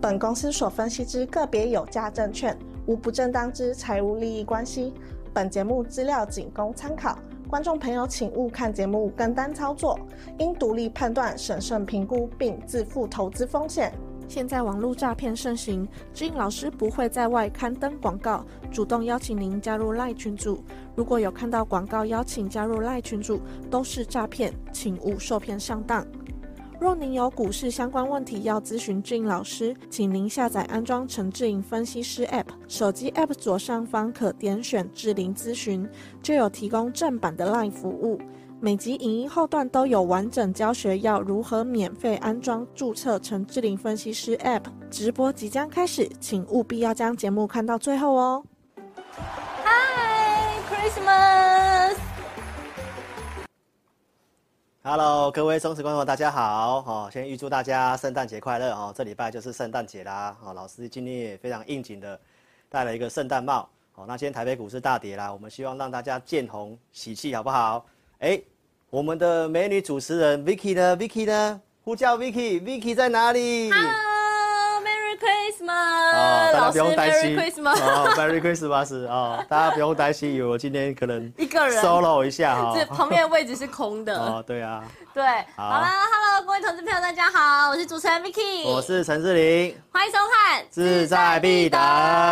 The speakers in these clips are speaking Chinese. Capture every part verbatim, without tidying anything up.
本公司所分析之个别有价证券，无不正当之财务利益关系。本节目资料仅供参考，观众朋友请勿看节目跟单操作，应独立判断、审慎评估并自负投资风险。现在网络诈骗盛行，知音老师不会在外刊登广告，主动邀请您加入 LINE 群组。如果有看到广告邀请加入 LINE 群组，都是诈骗，请勿受骗上当。若您有股市相关问题要咨询志颖老师，请您下载安装陈志颖分析师 App， 手机 App 左上方可点选志玲咨询，就有提供正版的 LINE 服务。每集影音后段都有完整教学，要如何免费安装注册陈志玲分析师 App。 直播即将开始，请务必要将节目看到最后哦。 Hi Christmas。 Hello， 各位忠实观众，大家好！哦，先预祝大家圣诞节快乐哦！这礼拜就是圣诞节啦，哦，老师今天也非常应景的戴了一个圣诞帽。哦，那今天台北股市大跌啦，我们希望让大家见红喜气，好不好？哎，我们的美女主持人 Vicky 呢 ？Vicky 呢？呼叫 Vicky，Vicky 在哪里 ？Hello，Merry Christmas！ 哦，大家不用担心 ，Merry Christmas！ 哦 ，Merry Christmas！ 哦，大家不用担心，以为我今天可能一个人 solo 一下哈， 这旁边的位置是空的。 哦，对啊， 对，好啦 ，Hello， 各位投资朋友，大家好，我是主持人 Vicky， 我是陈志玲， 欢迎收看志在必得。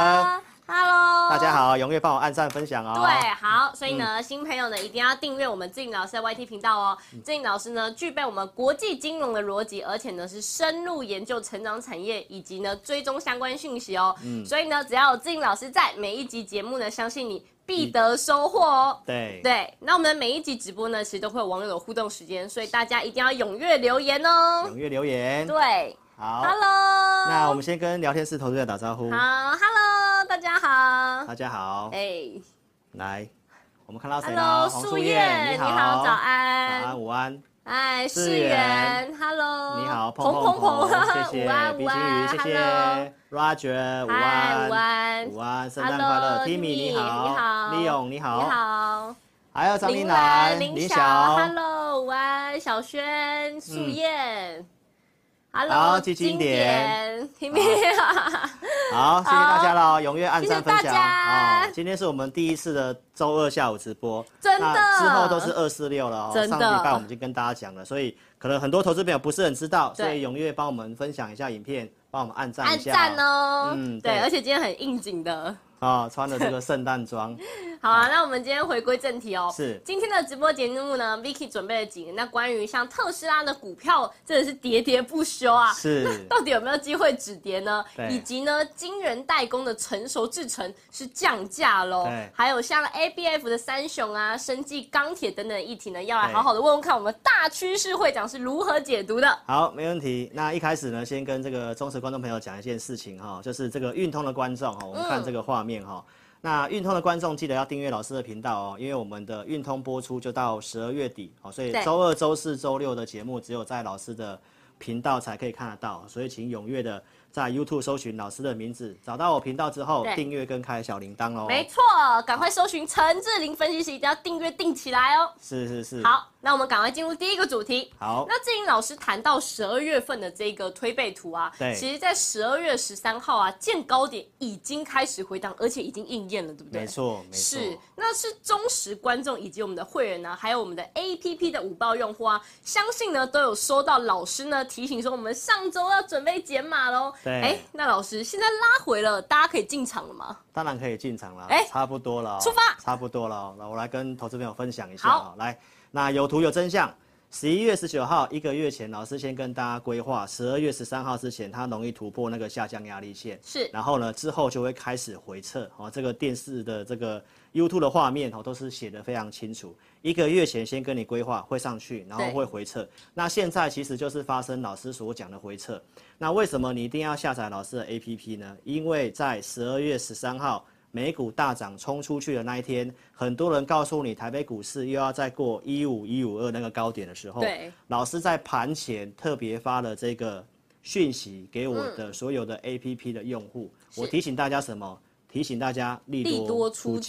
Hello， 大家好，踊跃帮我按赞分享哦。 对，好，所以呢，嗯、新朋友呢一定要订阅我们志颖老师的 Y T 频道哦。志颖老师呢具备我们国际金融的逻辑，而且呢是深入研究成长产业以及呢追踪相关讯息哦。嗯，所以呢，只要有志颖老师在，每一集节目呢，相信你必得收获哦。 对对，那我们的每一集直播呢，其实都会有网友的互动时间，所以大家一定要踊跃留言哦。 踊跃留言。 对， 好 ，Hello。 那我们先跟聊天室投资者打招呼。 好 ，Hello， 大家好。 大家好。 哎、欸， 来，我们看到谁呢 ？Hello， 黄素燕，你好，早安。 早安，午安。 哎，世源 ，Hello， 你好， 鹏鹏鹏， 谢谢， 午安毕金鱼，谢谢 ，Roger， 午安， 午安， 午安，圣诞快乐 ，Timmy 你好， 你好， 李勇你好， 你好， 还有张林兰， 林晓 ，Hello， 午安，小轩，素燕。Hello， 基金点 ，Timmy， 好，谢谢大家了，踊跃按赞分享啊！ 今天是我们第一次的周二下午直播， 真的， 之后都是二四六了哦。 真的， 上礼拜我们已经跟大家讲了，所以可能很多投资朋友不是很知道，所以踊跃帮我们分享一下影片，帮我们按赞一下， 按赞哦。 嗯， 对，而且今天很应景的。 啊、哦，穿了这个圣诞装。 好啊，那我们今天回归正题哦。 是今天的直播节目呢 ，Vicky 准备了几个。那关于像特斯拉的股票，真的是喋喋不休啊。 是。 到底有没有机会止跌呢？以及呢，晶圆代工的成熟制程是降价喽。还有像 A B F 的三雄啊、生技、钢铁等等的议题呢，要来好好的问问看我们大趋势会长是如何解读的。 好，没问题。那一开始呢，先跟这个忠实观众朋友讲一件事情哈，就是这个运通的观众哈，我们看这个画面哈。嗯，那运通的观众记得要订阅老师的频道哦，因为我们的运通播出就到十二月底哦，所以周二、周四、周六的节目只有在老师的频道才可以看得到，所以请踊跃的在 YouTube 搜寻老师的名字，找到我频道之后订阅跟开小铃铛哦。 没错，赶快搜寻陈志玲分析师，一定要订阅订起来哦。 是是是。 好，那我们赶快进入第一个主题。 好， 那志玲老师谈到十二月份的这个推背图啊， 对， 其实在十二月十三号啊，见高点已经开始回档，而且已经应验了，对不对？ 没错，没错。 是，那是忠实观众以及我们的会员呢，还有我们的 A P P 的五报用户啊，相信呢都有收到老师呢提醒说，我们上周要准备减码喽。 对， 哎，那老师现在拉回了，大家可以进场了吗？ 当然可以进场了， 哎， 差不多了， 出发， 差不多了。那我来跟投资朋友分享一下啊，来，那有图有真相。十一月十九号，一个月前，老师先跟大家规划，十二月十三号之前，它容易突破那个下降压力线。 是， 然后呢，之后就会开始回撤。哦，这个电视的这个 YouTube 的画面哦，都是写得非常清楚。一个月前先跟你规划会上去，然后会回撤。那现在其实就是发生老师所讲的回撤。那为什么你一定要下载老师的 A P P 呢？因为在十二月十三号。美股大涨冲出去的那一天，很多人告诉你台北股市又要再过一五一五二那个高点的时候， 对， 老师在盘前特别发了这个讯息给我的所有的 A P P 的用户，嗯、我提醒大家什么？提醒大家利多出尽，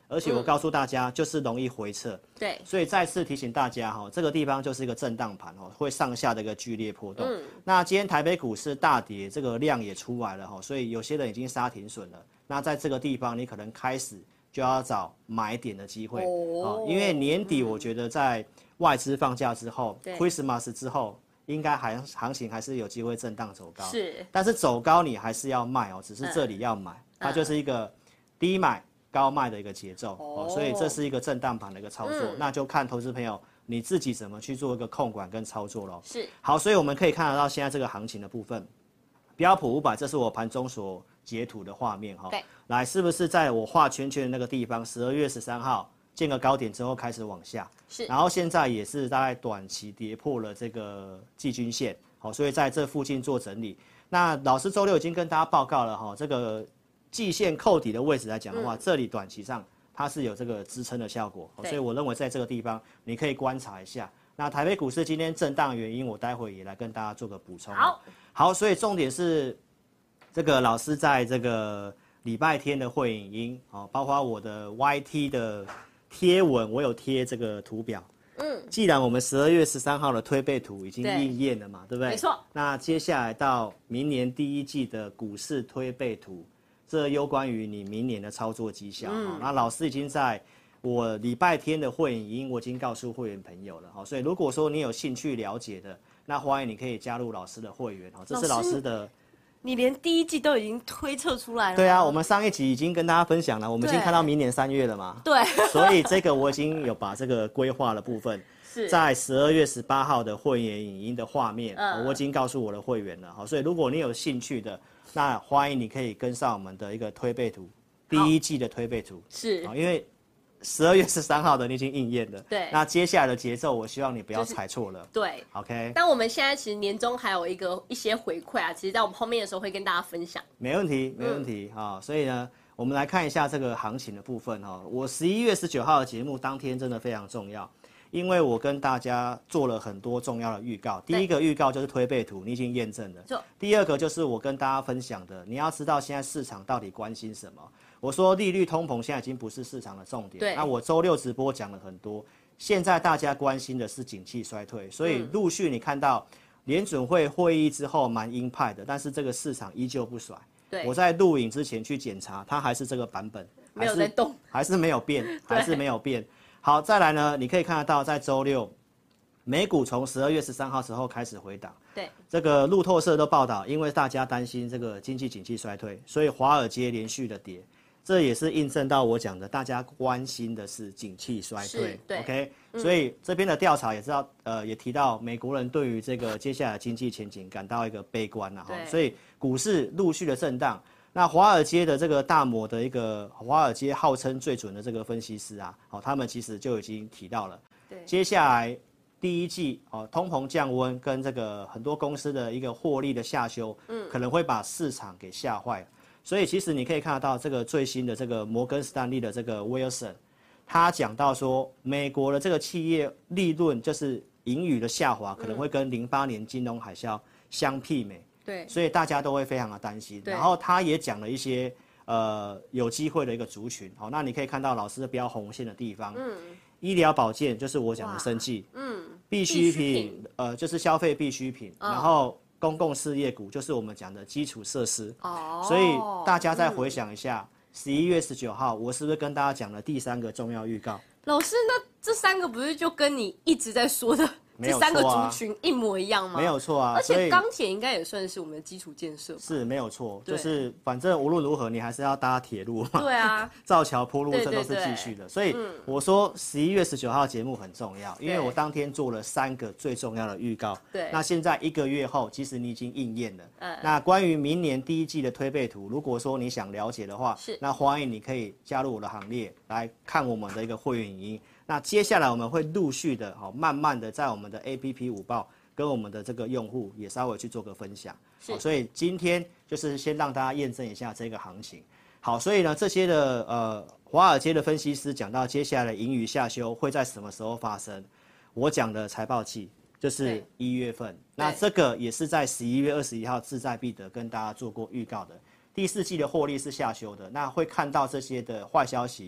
而且我告诉大家，就是容易回撤。 对， 所以再次提醒大家哈，这个地方就是一个震荡盘哦，会上下的一个剧烈波动。嗯、那今天台北股市大跌，这个量也出来了哈，所以有些人已经杀停损了。那在这个地方，你可能开始就要找买点的机会哦，因为年底我觉得在外资放假之后 ，Christmas 之后。应该还行情还是有机会震荡走高， 是， 但是走高你还是要卖哦，只是这里要买，嗯、它就是一个低买高卖的一个节奏、哦哦，所以这是一个震荡盘的一个操作，嗯、那就看投资朋友你自己怎么去做一个控管跟操作咯。 是， 好，所以我们可以看得到现在这个行情的部分，标普五百，这是我盘中所截图的画面哈、哦，来是不是在我画圈圈的那个地方，十二月十三号。见个高点之后开始往下， 是， 然后现在也是大概短期跌破了这个季均线，好，所以在这附近做整理。那老师周六已经跟大家报告了哈，这个季线扣底的位置来讲的话，嗯、这里短期上它是有这个支撑的效果，所以我认为在这个地方你可以观察一下。那台北股市今天震荡的原因，我待会也来跟大家做个补充。 好， 好，所以重点是这个老师在这个礼拜天的会影音，哦，包括我的 Y T 的。贴文我有贴这个图表，嗯，既然我们十二月十三号的推背图已经应验了嘛， 对, 对不对？ 没错。 那接下来到明年第一季的股市推背图，这攸关于你明年的操作绩效。嗯、那老师已经在我礼拜天的会影音，我已经告诉会员朋友了，所以如果说你有兴趣了解的，那欢迎你可以加入老师的会员，这是老师的。 你连第一季都已经推测出来了。 对啊，我们上一集已经跟大家分享了，我们已经看到明年三月了嘛。 对。 所以这个我已经有把这个规划的部分，是在十二月十八号的会员影音的画面，嗯、我已经告诉我的会员了。好，所以如果你有兴趣的，那欢迎你可以跟上我们的一个推背图，第一季的推背图。 是。 因为十二月十三号的你已经应验了。 对。 那接下来的节奏，我希望你不要踩错了。 就是、对。 OK。 但我们现在其实年终还有一个一些回馈啊，其实在我们后面的时候会跟大家分享。 没问题，没问题啊、嗯哦。所以呢，我们来看一下这个行情的部分哈、哦。我十一月十九号的节目当天真的非常重要，因为我跟大家做了很多重要的预告。第一个预告就是推背图，你已经验证了。第二个就是我跟大家分享的，你要知道现在市场到底关心什么。我说利率通膨现在已经不是市场的重点。那我周六直播讲了很多，现在大家关心的是景气衰退，所以陆续你看到联准会会议之后蛮鹰派的，但是这个市场依旧不甩。 对， 我在录影之前去检查，它还是这个版本， 没有在动， 还是没有变，还是没有变。好，再来呢，你可以看得到在周六，美股从十二月十三号之后开始回档。 对， 这个路透社都报道，因为大家担心这个经济景气衰退，所以华尔街连续的跌。这也是印证到我讲的，大家关心的是景气衰退。 对 ，OK，、 嗯、 所以这边的调查也知道，呃，也提到美国人对于这个接下来经济前景感到一个悲观了哈，所以股市陆续的震荡。那华尔街的这个大摩的一个华尔街号称最准的这个分析师啊，好，他们其实就已经提到了， 对， 接下来第一季哦，通膨降温跟这个很多公司的一个获利的下修，嗯，可能会把市场给吓坏了。所以其实你可以看得到这个最新的这个摩根士丹利的这个 Wilson， 他讲到说，美国的这个企业利润就是盈余的下滑，可能会跟零八年金融海啸相媲美。 对， 所以大家都会非常的担心。然后他也讲了一些呃有机会的一个族群。好，那你可以看到老师标红线的地方，嗯，医疗保健就是我讲的生技，嗯，必需品，呃，就是消费必需品，哦、然后。公共事业股就是我们讲的基础设施，哦，所以大家再回想一下，十一、嗯、月十九号，我是不是跟大家讲了第三个重要预告？ 老师，那这三个不是就跟你一直在说的这三个族群一模一样吗？ 没有错啊， 而且钢铁应该也算是我们的基础建设。 是没有错，就是反正无论如何，你还是要搭铁路嘛。 对啊， 造桥铺路，这都是继续的。所以我说十一月十九号节目很重要，因为我当天做了三个最重要的预告。 对， 那现在一个月后，其实你已经应验了。嗯。那关于明年第一季的推背图，如果说你想了解的话， 是， 那欢迎你可以加入我的行列，来看我们的一个会员影音。那接下来我们会陆续的，好，慢慢的在我们的 A P P 午报跟我们的这个用户也稍微去做个分享。好，所以今天就是先让大家验证一下这个行情。好，所以呢，这些的呃华尔街的分析师讲到接下来的盈余下修会在什么时候发生？我讲的财报季就是一月份，那这个也是在十一月二十一号志在必得跟大家做过预告的。第四季的获利是下修的，那会看到这些的坏消息。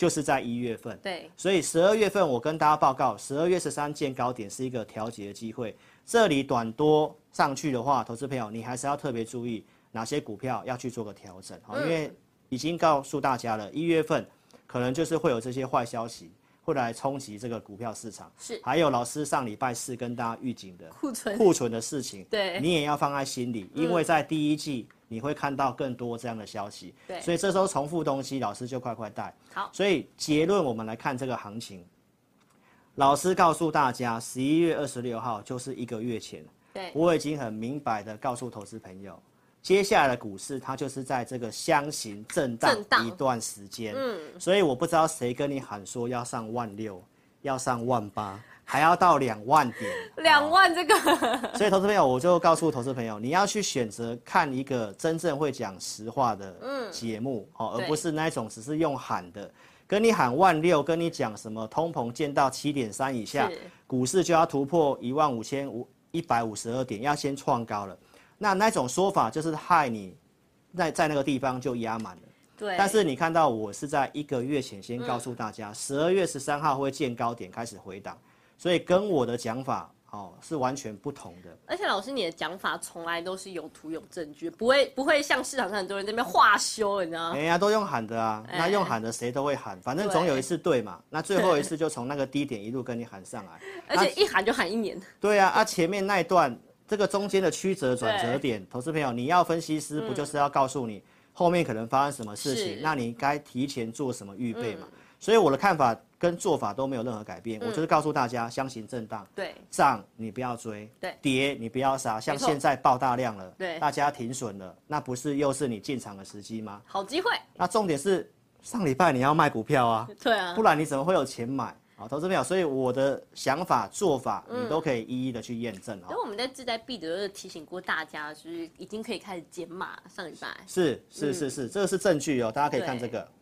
就是在一月份。 对， 所以十二月份我跟大家报告，十二月十三见高点是一个调节的机会。这里短多上去的话，投资朋友你还是要特别注意哪些股票要去做个调整，嗯、因为已经告诉大家了，一月份可能就是会有这些坏消息会来冲击这个股票市场。 是， 还有老师上礼拜四跟大家预警的库存库存的事情， 对， 你也要放在心里，因为在第一季。嗯你会看到更多这样的消息， 对， 所以这时候重复东西，老师就快快带。 好， 所以结论我们来看这个行情。老师告诉大家，十一月二十六号就是一个月前， 对， 我已经很明白的告诉投资朋友，接下来的股市它就是在这个箱型震荡一段时间，嗯，所以我不知道谁跟你喊说要上万六，要上万八。还要到两万点， 两万这个， 所以投资朋友，我就告诉投资朋友，你要去选择看一个真正会讲实话的节目，哦、嗯，而不是那一种只是用喊的，跟你喊万六，跟你讲什么通膨见到七点三以下，股市就要突破一万五千五一百五十二点，要先创高了。那那种说法就是害你在在那个地方就压满了。 对。 但是你看到我是在一个月前先告诉大家，十二、嗯、月十三号会见高点开始回档。所以跟我的讲法哦是完全不同的。 而且老师，你的讲法从来都是有图有证据，不会不会像市场上很多人这边话修，你知道吗？ 哎呀，都用喊的啊，那用喊的谁都会喊，反正总有一次对嘛。那最后一次就从那个低点一路跟你喊上来， 而且一喊就喊一年。 对啊，啊前面那一段这个中间的曲折转折点，投资朋友你要分析师不就是要告诉你后面可能发生什么事情，那你该提前做什么预备嘛？嗯、所以我的看法。跟做法都没有任何改变，嗯、我就是告诉大家，箱型震荡， 对， 涨你不要追， 对， 跌你不要杀，像现在爆大量了， 对， 大家停损了，那不是又是你进场的时机吗？ 好机会。 那重点是上礼拜你要卖股票啊， 对啊， 不然你怎么会有钱买？啊，投资朋友，所以我的想法做法，你都可以一一的去验证。 因为我们在志在必得的提醒过大家，就是已经可以开始减码，上礼拜是是是是，嗯、这个是证据哦，大家可以看这个。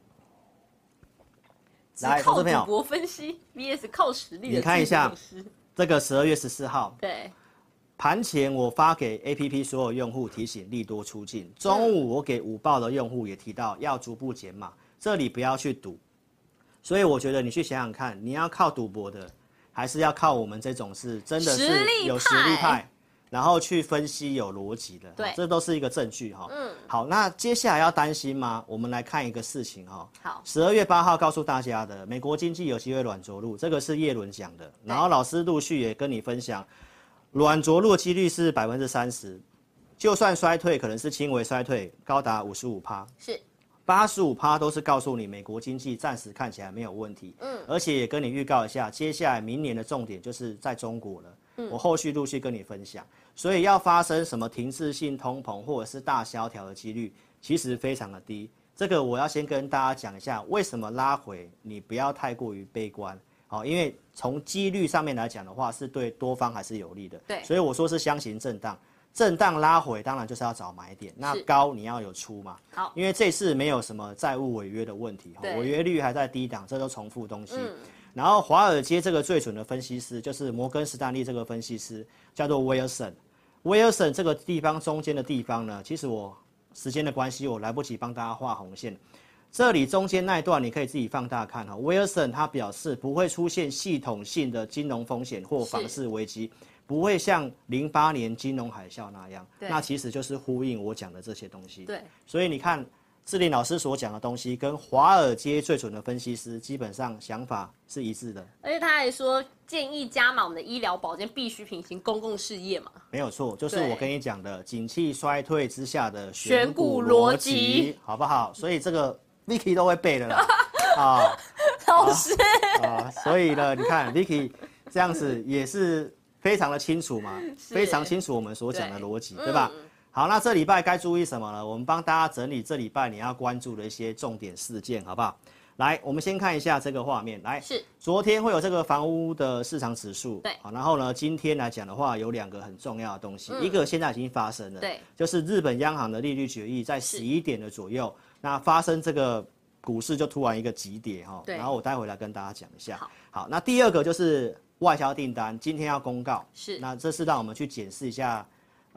来，靠赌博分析 V S 靠实力的。 你看一下这个十二月十四号， 对， 盘前我发给 A P P 所有用户提醒利多出尽，中午我给午报的用户也提到要逐步减码，这里不要去赌。所以我觉得你去想想看，你要靠赌博的，还是要靠我们这种是真的是有实力派，然后去分析有逻辑的， 对， 这都是一个证据哈。嗯，好，那接下来要担心吗？我们来看一个事情哈。 好， 十二月八号告诉大家的，美国经济有机会软着陆，这个是叶伦讲的，然后老师陆续也跟你分享，软着陆的几率是百分之三十，就算衰退，可能是轻微衰退，高达五十五趴。 是。 八十五趴都是告诉你美国经济暂时看起来没有问题，嗯，而且也跟你预告一下，接下来明年的重点就是在中国了，嗯，我后续陆续跟你分享，所以要发生什么停滞性通膨或者是大萧条的几率，其实非常的低。这个我要先跟大家讲一下，为什么拉回你不要太过于悲观，好，因为从几率上面来讲的话，是对多方还是有利的， 对， 所以我说是箱型震荡。震荡拉回，当然就是要找买点。那高你要有出嘛？ 好， 因为这次没有什么债务违约的问题，违约率还在低档，这都重复东西。嗯、然后华尔街这个最准的分析师，就是摩根士丹利这个分析师，叫做威尔森。威尔森这个地方中间的地方呢，其实我时间的关系，我来不及帮大家画红线。这里中间那一段你可以自己放大看哈。威尔森他表示不会出现系统性的金融风险或房市危机。不会像零八年金融海啸那样，那其实就是呼应我讲的这些东西。 对， 所以你看志玲老师所讲的东西，跟华尔街最准的分析师基本上想法是一致的。 而且他还说建议加码我们的医疗保健必需品型公共事业嘛。 没有错，就是我跟你讲的景气衰退之下的选股逻辑，好不好？所以这个 Vicky 都会背的啦。啊， 老师啊，所以呢，你看 Vicky 这样子也是。非常的清楚嘛，非常清楚我们所讲的逻辑， 对, 对吧？嗯、好，那这礼拜该注意什么呢？我们帮大家整理这礼拜你要关注的一些重点事件，好不好？来，我们先看一下这个画面。来， 是昨天会有这个房屋的市场指数， 对， 好，然后呢，今天来讲的话，有两个很重要的东西，嗯、一个现在已经发生了， 对， 就是日本央行的利率决议在十一点的左右，那发生这个股市就突然一个急跌哈，然后我待会来跟大家讲一下。 好， 好，那第二个就是。外销订单今天要公告， 是， 那这是让我们去检视一下，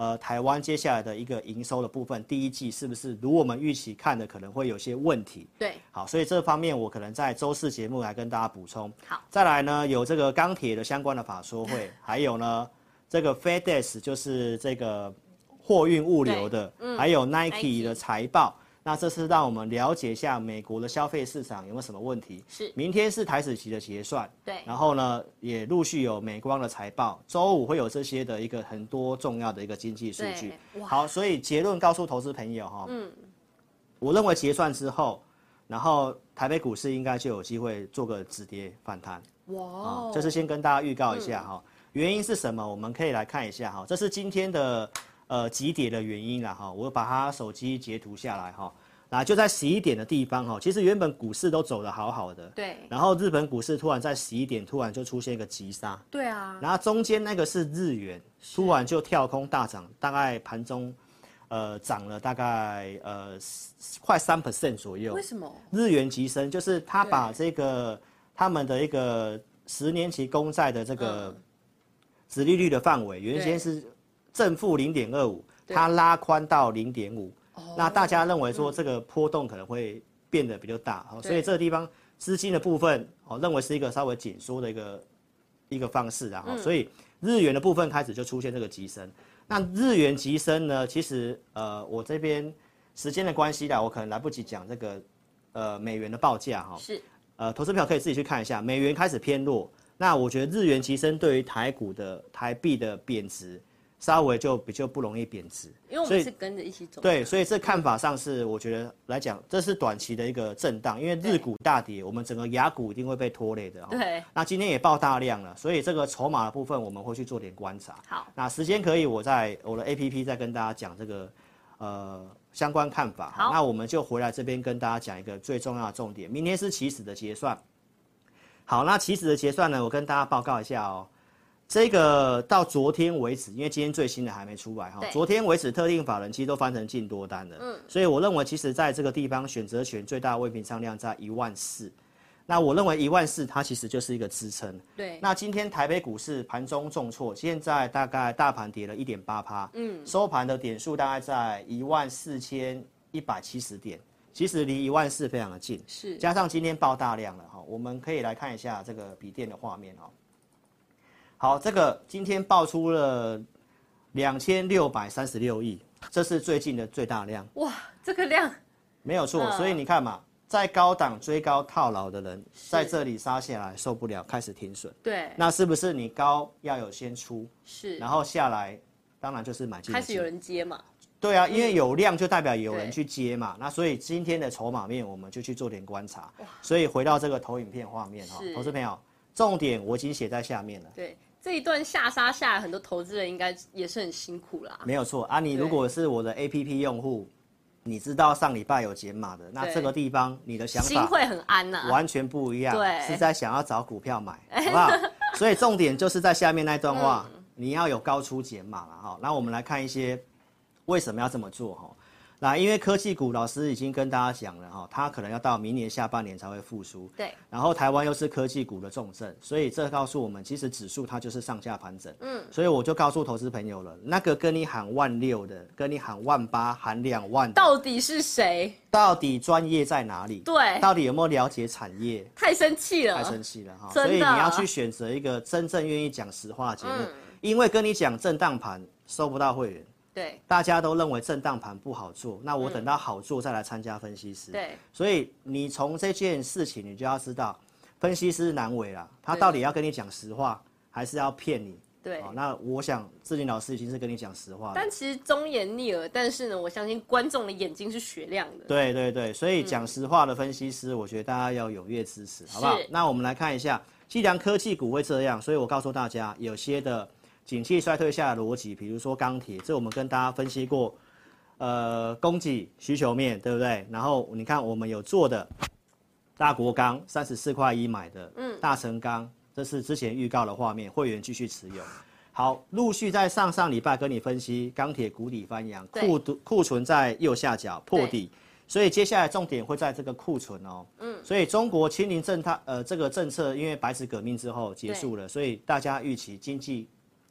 呃台湾接下来的一个营收的部分，第一季是不是如我们预期看的可能会有些问题？ 对， 好，所以这方面我可能在周四节目来跟大家补充。 好， 再来呢有这个钢铁的相关的法说会，还有呢这个 FedEx 就是这个货运物流的，嗯、还有 Nike 的财报。那这是让我们了解一下美国的消费市场有没有什么问题。 是， 明天是台指期的结算， 对， 然后呢也陆续有美光的财报，周五会有这些的一个很多重要的一个经济数据。好，所以结论告诉投资朋友哈，嗯，我认为结算之后，然后台北股市应该就有机会做个止跌反弹。哇、哦，这是先跟大家预告一下哈、嗯，原因是什么？我们可以来看一下哈，这是今天的。呃，急跌的原因啦哈，我把它手机截图下来哈，那就在十一点的地方哈，其实原本股市都走得好好的， 对， 然后日本股市突然在十一点突然就出现一个急杀， 对啊， 然后中间那个是日元，突然就跳空大涨，大概盘中呃涨了大概呃快三 percent 左右， 为什么？ 日元急升，就是他把这个他们的一个十年期公债的这个殖利率的范围，原先是正负零点二五，它拉宽到零点五，那大家认为说这个波动可能会变得比较大，嗯、所以这个地方资金的部分，哦，认为是一个稍微紧缩的一个一个方式啊，嗯、所以日元的部分开始就出现这个急升。那日元急升呢，其实呃，我这边时间的关系啦，我可能来不及讲这个呃美元的报价哈， 是， 呃，投资票可以自己去看一下，美元开始偏弱，那我觉得日元急升对于台股的台币的贬值。稍微就比较不容易贬值， 因为我们是跟着一起走。 对，所以这看法上是我觉得来讲，这是短期的一个震荡，因为日股大跌，我们整个亚股一定会被拖累的。 对。 那今天也爆大量了，所以这个筹码的部分我们会去做点观察。 好。 那时间可以，我在我的 A P P 再跟大家讲这个呃相关看法。 好。 那我们就回来这边跟大家讲一个最重要的重点，明天是期指的结算。好，那期指的结算呢，我跟大家报告一下哦。这个到昨天为止，因为今天最新的还没出来哈，昨天为止特定法人其实都翻成净多单了，嗯，所以我认为其实在这个地方选择权最大的未平仓量在一万四，那我认为一万四它其实就是一个支撑， 对。 那今天台北股市盘中重挫，现在大概大盘跌了一点八趴，嗯，收盘的点数大概在一万四千一百七十点，其实离一万四非常的近， 是。 加上今天爆大量了哈，我们可以来看一下这个笔电的画面哈。好，这个今天爆出了两千六百三十六亿，这是最近的最大量。 哇，这个量没有错，嗯、所以你看嘛，在高档追高套牢的人，在这里杀下来受不了，开始停损。 对， 那是不是你高要有先出？ 是， 然后下来，当然就是买进。 开始有人接嘛？ 对啊，因为有量就代表有人去接嘛。那所以今天的筹码面我们就去做点观察。所以回到这个投影片画面哈，投资朋友，重点我已经写在下面了。 对。这一段下杀下来，很多投资人应该也是很辛苦啦。 没有错啊，你如果是我的 A P P 用户，你知道上礼拜有减码的，那这个地方你的想法心会很安呐、啊， 完全不一样。 对， 是在想要找股票买，好不好？所以重点就是在下面那段话，嗯、你要有高出减码了哈。那我们来看一些为什么要这么做哈。那因为科技股老师已经跟大家讲了哈，它可能要到明年下半年才会复苏。 对。 然后台湾又是科技股的重镇，所以这告诉我们，其实指数它就是上下盘整。嗯。所以我就告诉投资朋友了，那个跟你喊万六的，跟你喊万八、喊两万的， 到底是谁？ 到底专业在哪里？ 对。 到底有没有了解产业？ 太生气了。 太生气了哈！所以你要去选择一个真正愿意讲实话的节目，嗯、因为跟你讲震荡盘收不到会员。 对， 大家都认为震荡盘不好做，那我等到好做再来参加分析师。 对， 所以你从这件事情，你就要知道，分析师难为啦，他到底要跟你讲实话，还是要骗你？ 对、 哦，那我想志玲老师已经是跟你讲实话了。 但其实忠言逆耳，但是呢，我相信观众的眼睛是雪亮的。 对对对，所以讲实话的分析师，嗯、我觉得大家要踊跃支持，好不好？那我们来看一下，既然科技股会这样，所以我告诉大家，有些的。景气衰退下的逻辑，比如说钢铁，这我们跟大家分析过，呃，供给需求面，对不对？然后你看我们有做的大国钢，三十四块一买的，嗯，大成钢，这是之前预告的画面，会员继续持有。好，陆续在上上礼拜跟你分析钢铁谷底翻扬，库库存在右下角破底，所以接下来重点会在这个库存哦。嗯，所以中国清零政它呃这个政策，因为白纸革命之后结束了，所以大家预期经济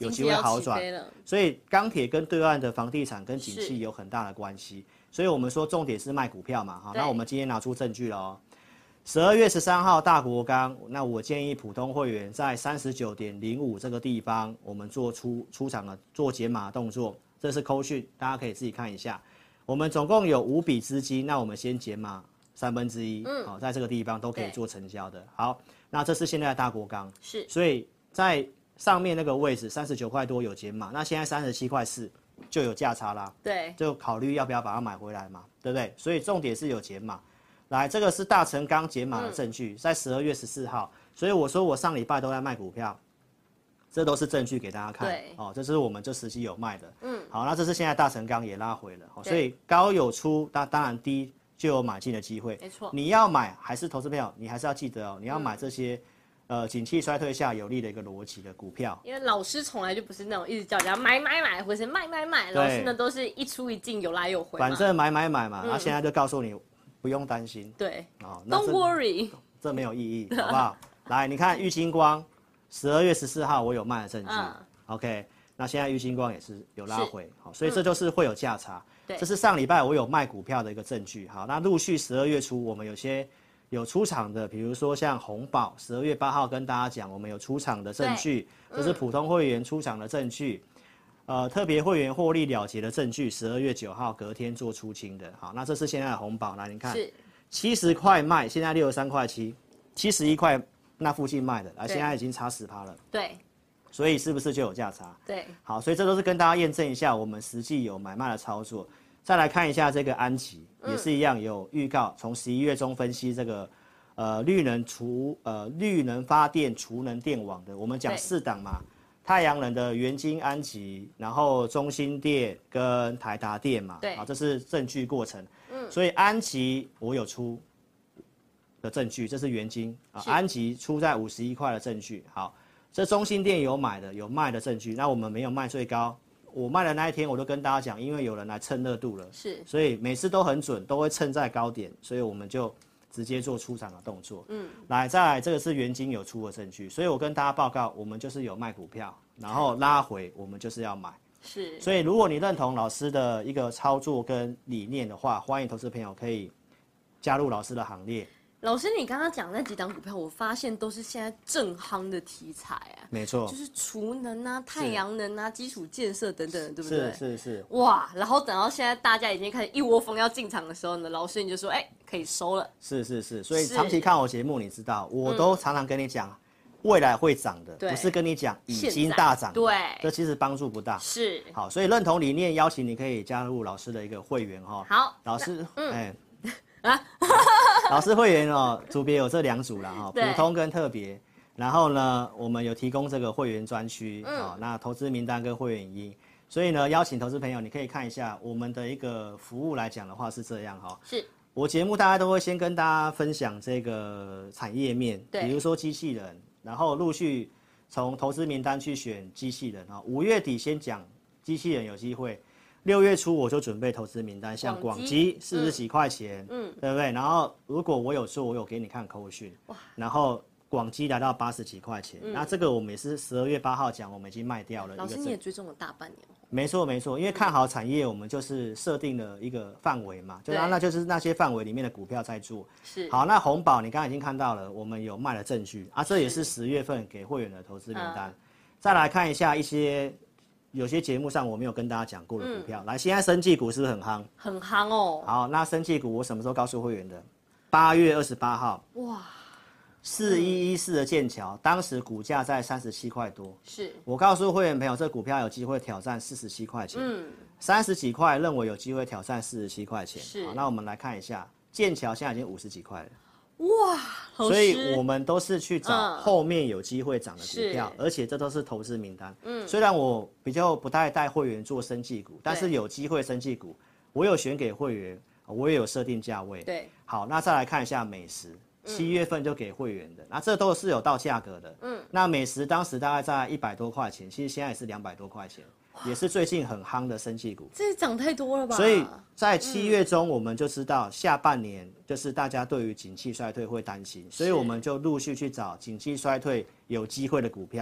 有机会好转。所以钢铁跟对岸的房地产跟景气有很大的关系。所以我们说重点是卖股票嘛，好，那我们今天拿出证据了哦。十二月十三号大国钢，那我建议普通会员在三十九点零五这个地方，我们做出出场的做解码动作，这是扣讯，大家可以自己看一下。我们总共有五笔资金，那我们先解码三分之一，嗯，好，在这个地方都可以做成交的。好，那这是现在的大国钢， 是， 所以在上面那个位置三十九块多有解码，那现在三十七块四就有价差啦， 对， 就考虑要不要把它买回来嘛，对不对？所以重点是有解码。来，这个是大成钢解码的证据，在十二月十四号，所以我说我上礼拜都在卖股票，这都是证据给大家看。 对， 哦，这是我们就实际有卖的。嗯，好，那这是现在大成钢也拉回了，所以高有出，那当然低就有买进的机会。 没错， 你要买还是投资票，你还是要记得哦，你要买这些。嗯呃，景气衰退下有利的一个逻辑的股票， 因为老师从来就不是那种一直叫人家买买买，或是卖卖卖，老师呢都是一出一进，有来有回。 反正买买买嘛，那、嗯啊、现在就告诉你不用担心。 对， 哦 ，Don't worry， 这没有意义，好不好？来，你看玉晶光，十二月十四号我有卖的证据、嗯、，OK， 那现在玉晶光也是有拉回，好，所以这就是会有价差。对、嗯，这是上礼拜我有卖股票的一个证据。好，那陆续十二月初我们有些。有出场的，比如说像红宝，十二月八号跟大家讲，我们有出场的证据，这是普通会员出场的证据，呃，特别会员获利了结的证据，十二月九号隔天做出清的。好，那这是现在的红宝，来你看，七十块卖，现在六十三块七，七十一块那附近卖的，来现在已经差十趴了。 对， 所以是不是就有价差？ 对， 好，所以这都是跟大家验证一下，我们实际有买卖的操作。再来看一下这个安琪，也是一样有预告，从十一月中分析这个呃绿能储呃绿能发电储能电网的，我们讲四档嘛，太阳能的元晶、安琪，然后中兴电跟台达电嘛，对，好，这是证据过程。嗯，所以安琪我有出的证据，这是元晶啊，安琪出在五十一块的证据。好，这中兴电有买的有卖的证据，那我们没有卖最高。我卖的那一天，我都跟大家讲，因为有人来蹭热度了，是，所以每次都很准，都会蹭在高点，所以我们就直接做出场的动作。嗯，来，再来，这个是元晶有出的证据，所以我跟大家报告，我们就是有卖股票，然后拉回，我们就是要买。是，所以如果你认同老师的一个操作跟理念的话，欢迎投资朋友可以加入老师的行列。 老师，你刚刚讲那几档股票，我发现都是现在正夯的题材啊。 没错， 就是储能啊、太阳能啊、基础建设等等的，对不对？ 是是是。 哇，然后等到现在大家已经开始一窝蜂要进场的时候呢，老师你就说，哎、欸，可以收了。 是是是，所以长期看我节目，你知道，我都常常跟你讲，未来会涨的，不是跟你讲已经大涨。对，这其实帮助不大。是。好，所以认同理念，邀请你可以加入老师的一个会员哈。好，老师，嗯。欸啊，老师会员哦，组别有这两组了哈，普通跟特别。然后呢，我们有提供这个会员专区，嗯、哦，那投资名单跟会员影音。所以呢，邀请投资朋友，你可以看一下我们的一个服务来讲的话是这样哈。是，我节目大家都会先跟大家分享这个产业面，比如说机器人，然后陆续从投资名单去选机器人啊。五月底先讲机器人有机会。六月初我就准备投资名单，像广基四十几块钱，嗯，对不对？然后如果我有做，我有给你看扣讯，哇，然后广基来到八十几块钱，嗯、那这个我们也是十二月八号讲，我们已经卖掉了。 老师你也追踪了大半年。 没错没错，因为看好产业，我们就是设定了一个范围嘛，就是、啊、那就是那些范围里面的股票在做。是。好，那红宝你刚刚已经看到了，我们有卖的证据啊，这也是十月份给会员的投资名单。嗯、再来看一下一些。有些节目上我没有跟大家讲过的股票，嗯、来，现在生技股是不是很夯？ 很夯哦。 好，那生技股我什么时候告诉会员的？八月二十八号。哇，四一一四的剑桥，当时股价在三十七块多。是。我告诉会员朋友，这股票有机会挑战四十七块钱。嗯。三十几块，认为有机会挑战四十七块钱。是。好，那我们来看一下，剑桥现在已经五十几块了。哇，所以我们都是去找后面有机会涨的股票，嗯、而且这都是投资名单。嗯，虽然我比较不太带会员做生技股，但是有机会生技股，我有选给会员，我也有设定价位。对，好，那再来看一下美食，七月份就给会员的，那这都是有到价格的。嗯，那美食当时大概在一百多块钱，其实现在也是两百多块钱。也是最近很夯的生技股， 这涨太多了吧？ 所以在七月中，我们就知道下半年就是大家对于景气衰退会担心，所以我们就陆续去找景气衰退有机会的股票。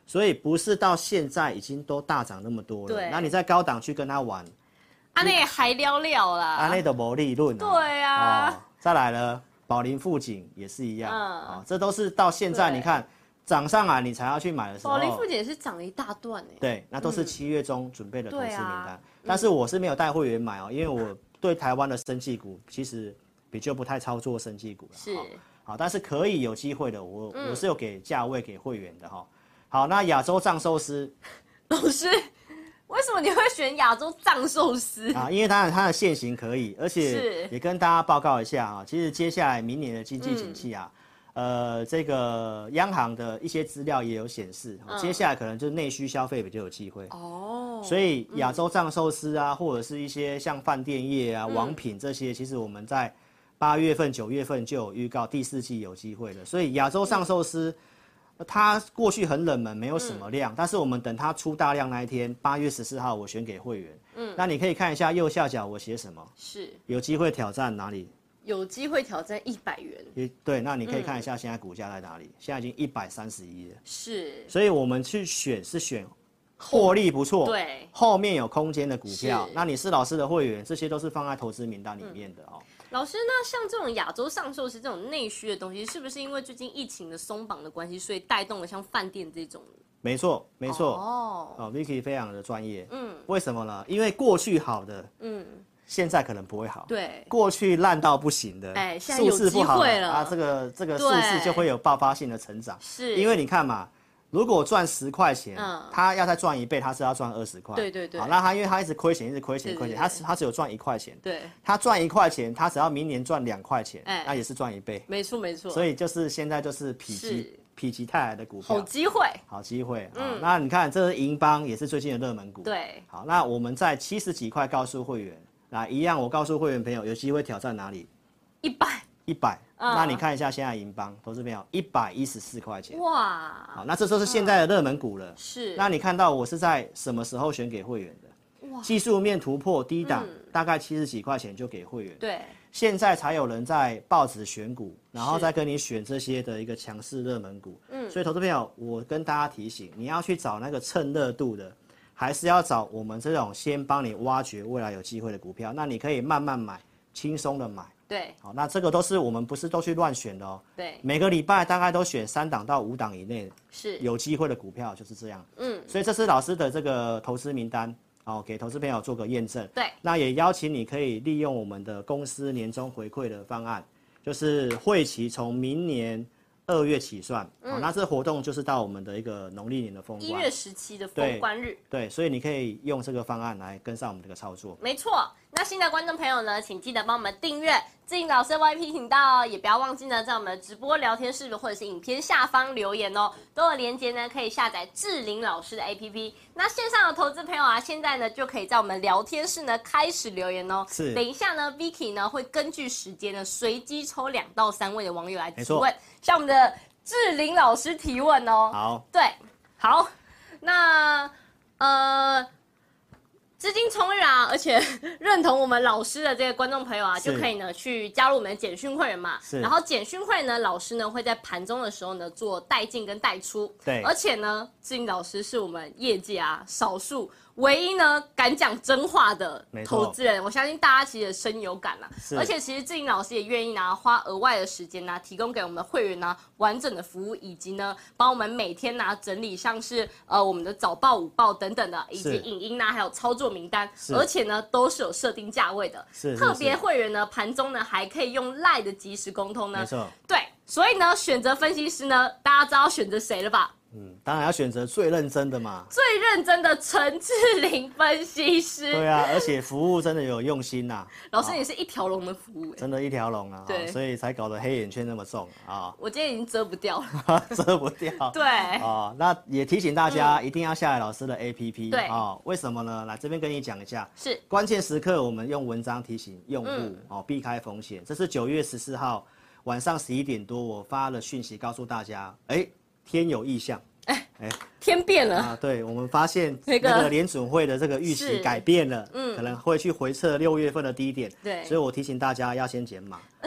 所以不是到现在已经都大涨那么多了。 对， 那你在高档去跟他玩， 啊那还聊聊啦， 啊那都没利润、啊。 对啊、 哦，再来了，宝林富锦也是一样， 嗯啊、哦，这都是到现在你看涨上来你才要去买的时候。 宝林富锦也是涨了一大段哎。 对，那都是七月中准备的投资名单、 啊嗯， 但是我是没有带会员买哦，因为我对台湾的生技股其实比较不太操作生技股了。 是。 好，但是可以有机会的，我、 嗯、 我是有给价位给会员的哈。好，那亚洲藏寿司， 老师，为什么你会选亚洲藏寿司啊？因为它的它的现行可以，而且也跟大家报告一下啊，其实接下来明年的经济景气啊、嗯，呃，这个央行的一些资料也有显示、嗯，接下来可能就是内需消费比较有机会哦。所以亚洲藏寿司啊，或者是一些像饭店业啊、王品这些，其实我们在八月份、九月份就有预告第四季有机会了，所以亚洲藏寿司、嗯、它过去很冷门，没有什么量、嗯，但是我们等它出大量那一天，八月十四号我选给会员，嗯，那你可以看一下右下角我写什么，是有机会挑战哪里？ 有机会挑战一百元。 对，那你可以看一下现在股价在哪里，嗯、现在已经一百三十一了， 是， 所以我们去选是选获利不错， 对， 后面有空间的股票，那你是老师的会员，这些都是放在投资名单里面的哦。 嗯老师，那像这种亚洲上寿司这种内需的东西，是不是因为最近疫情的松绑的关系，所以带动了像饭店这种？ 没错，没错。 哦， 哦 ，Vicky 非常的专业。嗯，为什么呢？因为过去好的，嗯，现在可能不会好。 对， 过去烂到不行的， 哎，现在有机会了啊，这个这个数字就会有爆发性的成长。 是， 因为你看嘛。如果赚十块钱，嗯，他要再赚一倍，他是要赚二十块。 对对对。 好，那他因为他一直亏钱，一直亏钱，亏钱，他他只有赚一块钱。 对。 他赚一块钱，他只要明年赚两块钱，哎，那也是赚一倍。 没错没错。 所以就是现在就是否极否极泰来的股票， 好机会， 好机会。嗯。那你看，这是银邦，也是最近的热门股。 对。 好，那我们在七十几块告诉会员，来一样，我告诉会员朋友，有机会挑战哪里？ 一百。 一百。那你看一下现在银邦，投资朋友一百一十四块钱， 哇！ 好，那这都是现在的热门股了。 是。 那你看到我是在什么时候选给会员的？哇！技术面突破低档，嗯、大概七十几块钱就给会员。 对。 现在才有人在报纸选股，然后再跟你选这些的一个强势热门股。嗯。所以投资朋友，我跟大家提醒，你要去找那个蹭热度的，还是要找我们这种先帮你挖掘未来有机会的股票？那你可以慢慢买，轻松的买。 对， 好，那这个都是我们不是都去乱选的哦。 对， 每个礼拜大概都选三档到五档以内， 是有机会的股票就是这样。嗯，所以这是老师的这个投资名单，哦，给投资朋友做个验证。 对， 那也邀请你可以利用我们的公司年终回馈的方案，就是会期从明年二月起算，嗯、好，那这活动就是到我们的一个农历年的封关， 一月十七的封关日。 对，对，所以你可以用这个方案来跟上我们这个操作。 没错，那新的观众朋友呢，请记得帮我们订阅志颖老师 Y P 频道哦，也不要忘记呢，在我们的直播聊天室或者是影片下方留言哦，都有连结呢，可以下载志玲老师的 A P P。那线上的投资朋友啊，现在呢就可以在我们聊天室呢开始留言哦。 是， 等一下呢 ，Vicky 呢会根据时间呢随机抽两到三位的网友来提问，向我们的志玲老师提问哦。 好， 对，好，那呃。资金充裕啊，而且认同我们老师的这个观众朋友啊，就可以呢去加入我们的简讯会员嘛。 是。 然后简讯会员呢，老师呢会在盘中的时候呢做带进跟带出。 对。 而且呢，志颖老师是我们业界啊少数唯一呢敢讲真话的投资人，我相信大家其实深有感啦。 是。 而且其实志颖老师也愿意呢花额外的时间呢，提供给我们的会员呢完整的服务，以及呢帮我们每天呢整理像是呃我们的早报、午报等等的，以及影音呢还有操作名单，而且呢都是有设定价位的。 是。 特别会员呢盘中呢还可以用 LINE 的即时沟通呢。 没错。 对，所以呢选择分析师呢，大家知道选择谁了吧？ 嗯，当然要选择最认真的嘛， 最认真的陈志玲分析师。 对啊，而且服务真的有用心呐、啊。 老师，你是一条龙的服务、欸， 真的一条龙啊， 对， 所以才搞得黑眼圈那么重啊。 我今天已经遮不掉了， 遮不掉。 对啊，那也提醒大家、嗯、一定要下载老师的 A P P。 对啊，为什么呢？来这边跟你讲一下， 是关键时刻我们用文章提醒用户、嗯、哦，避开风险。这是九月十四号晚上十一点多，我发了讯息告诉大家，哎、欸，天有异象。 哎、欸，天变了啊！对，我们发现那个联准会的这个预期改变了，嗯，可能会去回测六月份的低点， 对， 所以我提醒大家要先减码。 而且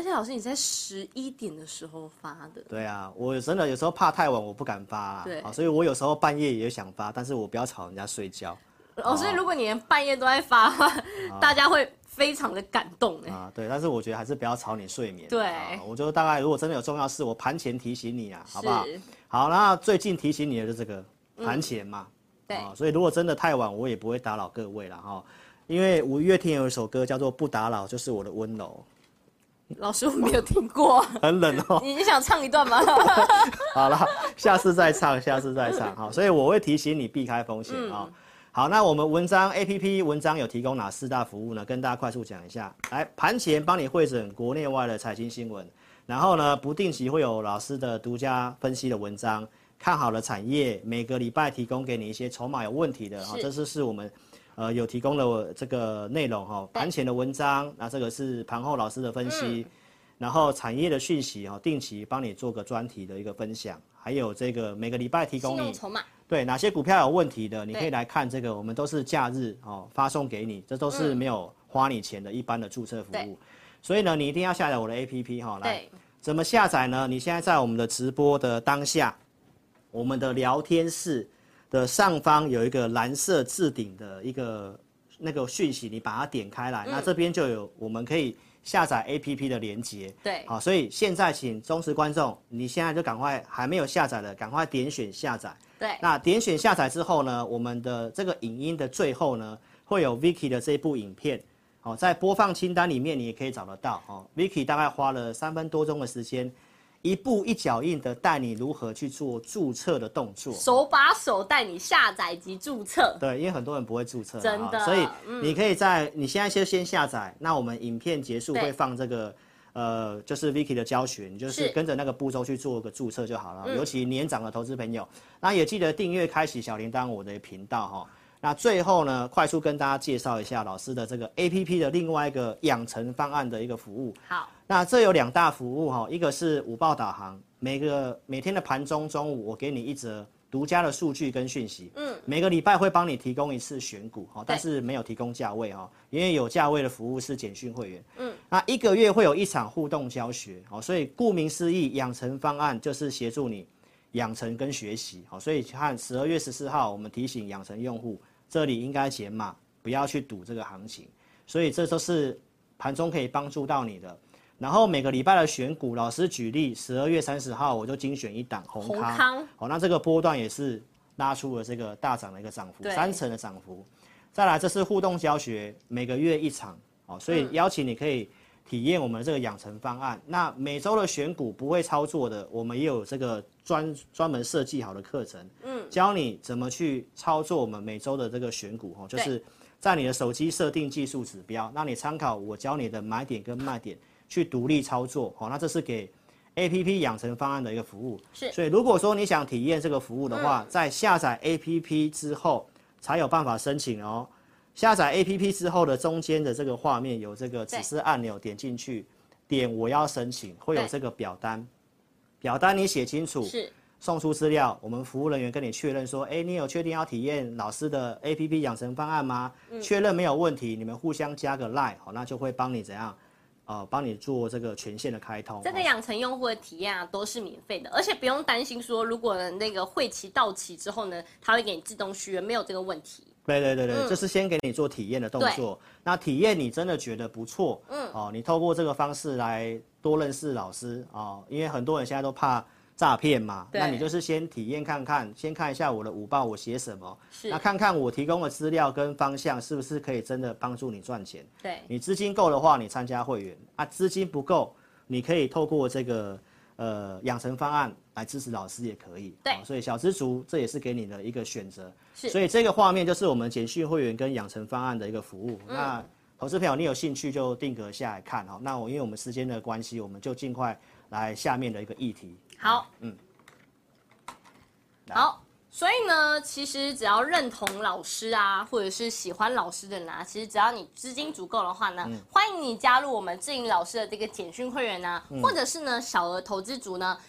且老师你在十一点的时候发的。 对啊，我真的有时候怕太晚，我不敢发啦。 对， 所以我有时候半夜也想发，但是我不要吵人家睡觉。 老师，如果你连半夜都在发的话，大家会非常的感动哎。 啊，对，但是我觉得还是不要吵你睡眠。 对， 我就大概如果真的有重要事，我盘前提醒你啊，好不好？好，那最近提醒你的就是这个盘前嘛。 对， 所以如果真的太晚，我也不会打扰各位了哈。因为五月天有一首歌叫做《不打扰就是我的温柔》。 老师，我没有听过， 很冷哦。 你你想唱一段吗？ 好了，下次再唱，下次再唱哈。所以我会提醒你避开风险啊。嗯好，那我们文章 A P P 文章有提供哪四大服务呢？跟大家快速讲一下。来，盘前帮你汇整国内外的财经新闻，然后呢，不定期会有老师的独家分析的文章，看好的产业，每个礼拜提供给你一些筹码有问题的哈，这是是我们呃有提供的这个内容哈。盘前的文章，那这个是盘后老师的分析，嗯、然后产业的讯息哈，定期帮你做个专题的一个分享，还有这个每个礼拜提供你筹码。 对哪些股票有问题的，你可以来看这个，我们都是假日哦发送给你，这都是没有花你钱的一般的注册服务。所以呢，你一定要下载我的 A P P 哈、哦。来，怎么下载呢？你现在在我们的直播的当下，我们的聊天室的上方有一个蓝色置顶的一个那个讯息，你把它点开来，嗯、那这边就有我们可以下载 A P P 的连结。 对， 好，所以现在请忠实观众，你现在就赶快还没有下载的，赶快点选下载。 对， 那点选下载之后呢，我们的这个影音的最后呢，会有 Vicky 的这部影片，哦，在播放清单里面你也可以找得到哦。Vicky 大概花了三分多钟的时间，一步一脚印的带你如何去做注册的动作， 手把手带你下载及注册。 对，因为很多人不会注册， 真的， 所以你可以在你现在先先下载，那我们影片结束会放这个。呃，就是 Vicky 的教学，你就是跟着那个步骤去做个注册就好了。嗯、尤其年长的投资朋友，那也记得订阅、开启小铃铛我的频道哈。那最后呢，快速跟大家介绍一下老师的这个 A P P 的另外一个养成方案的一个服务。 好， 那这有两大服务哈，一个是午报导航，每个每天的盘中中午我给你一则独家的数据跟讯息，嗯，每个礼拜会帮你提供一次选股哈，但是没有提供价位哈，因为有价位的服务是简讯会员，嗯，那一个月会有一场互动教学，好，所以顾名思义，养成方案就是协助你养成跟学习，好，所以看十二月十四号我们提醒养成用户，这里应该减码，不要去赌这个行情，所以这都是盘中可以帮助到你的。然后每个礼拜的选股，老师举例，十二月三十号我就精选一档宏康， 宏康， 好，那这个波段也是拉出了这个大涨的一个涨幅，三成的涨幅。再来，这是互动教学，每个月一场，哦，所以邀请你可以体验我们这个养成方案。嗯、那每周的选股不会操作的，我们也有这个专专门设计好的课程，嗯，教你怎么去操作我们每周的这个选股，哦，就是在你的手机设定技术指标，让你参考我教你的买点跟卖点。去独立操作，好，那这是给 A P P 养成方案的一个服务。 是， 所以如果说你想体验这个服务的话，嗯、在下载 A P P 之后才有办法申请哦。下载 A P P 之后的中间的这个画面有这个指示按钮，点进去，点我要申请，会有这个表单，表单你写清楚， 是， 送出资料，我们服务人员跟你确认说，哎，你有确定要体验老师的 A P P 养成方案吗？嗯、确认没有问题，你们互相加个 line， 好，那就会帮你怎样？呃，帮你做这个权限的开通， 这个养成用户的体验啊都是免费的，而且不用担心说，如果那个会期到期之后呢，它会给你自动续约，没有这个问题。 对对对对，嗯、就是先给你做体验的动作。那体验你真的觉得不错，嗯，哦，你透过这个方式来多认识老师哦，因为很多人现在都怕诈骗嘛，那你就是先体验看看，先看一下我的午报我写什么，那看看我提供的资料跟方向是不是可以真的帮助你赚钱。 对， 你资金够的话，你参加会员啊；资金不够，你可以透过这个呃养成方案来支持老师也可以。 对， 哦、所以小资族这也是给你的一个选择。 是， 所以这个画面就是我们简讯会员跟养成方案的一个服务。嗯、那投资朋友，你有兴趣就定格下来看哈。那我因为我们时间的关系，我们就尽快来下面的一个议题。 好，嗯。好，所以呢，其实只要认同老师啊，或者是喜欢老师的人啊，其实只要你资金足够的话呢，嗯、欢迎你加入我们志颖老师的这个简讯会员啊，嗯、或者是呢小额投资族呢，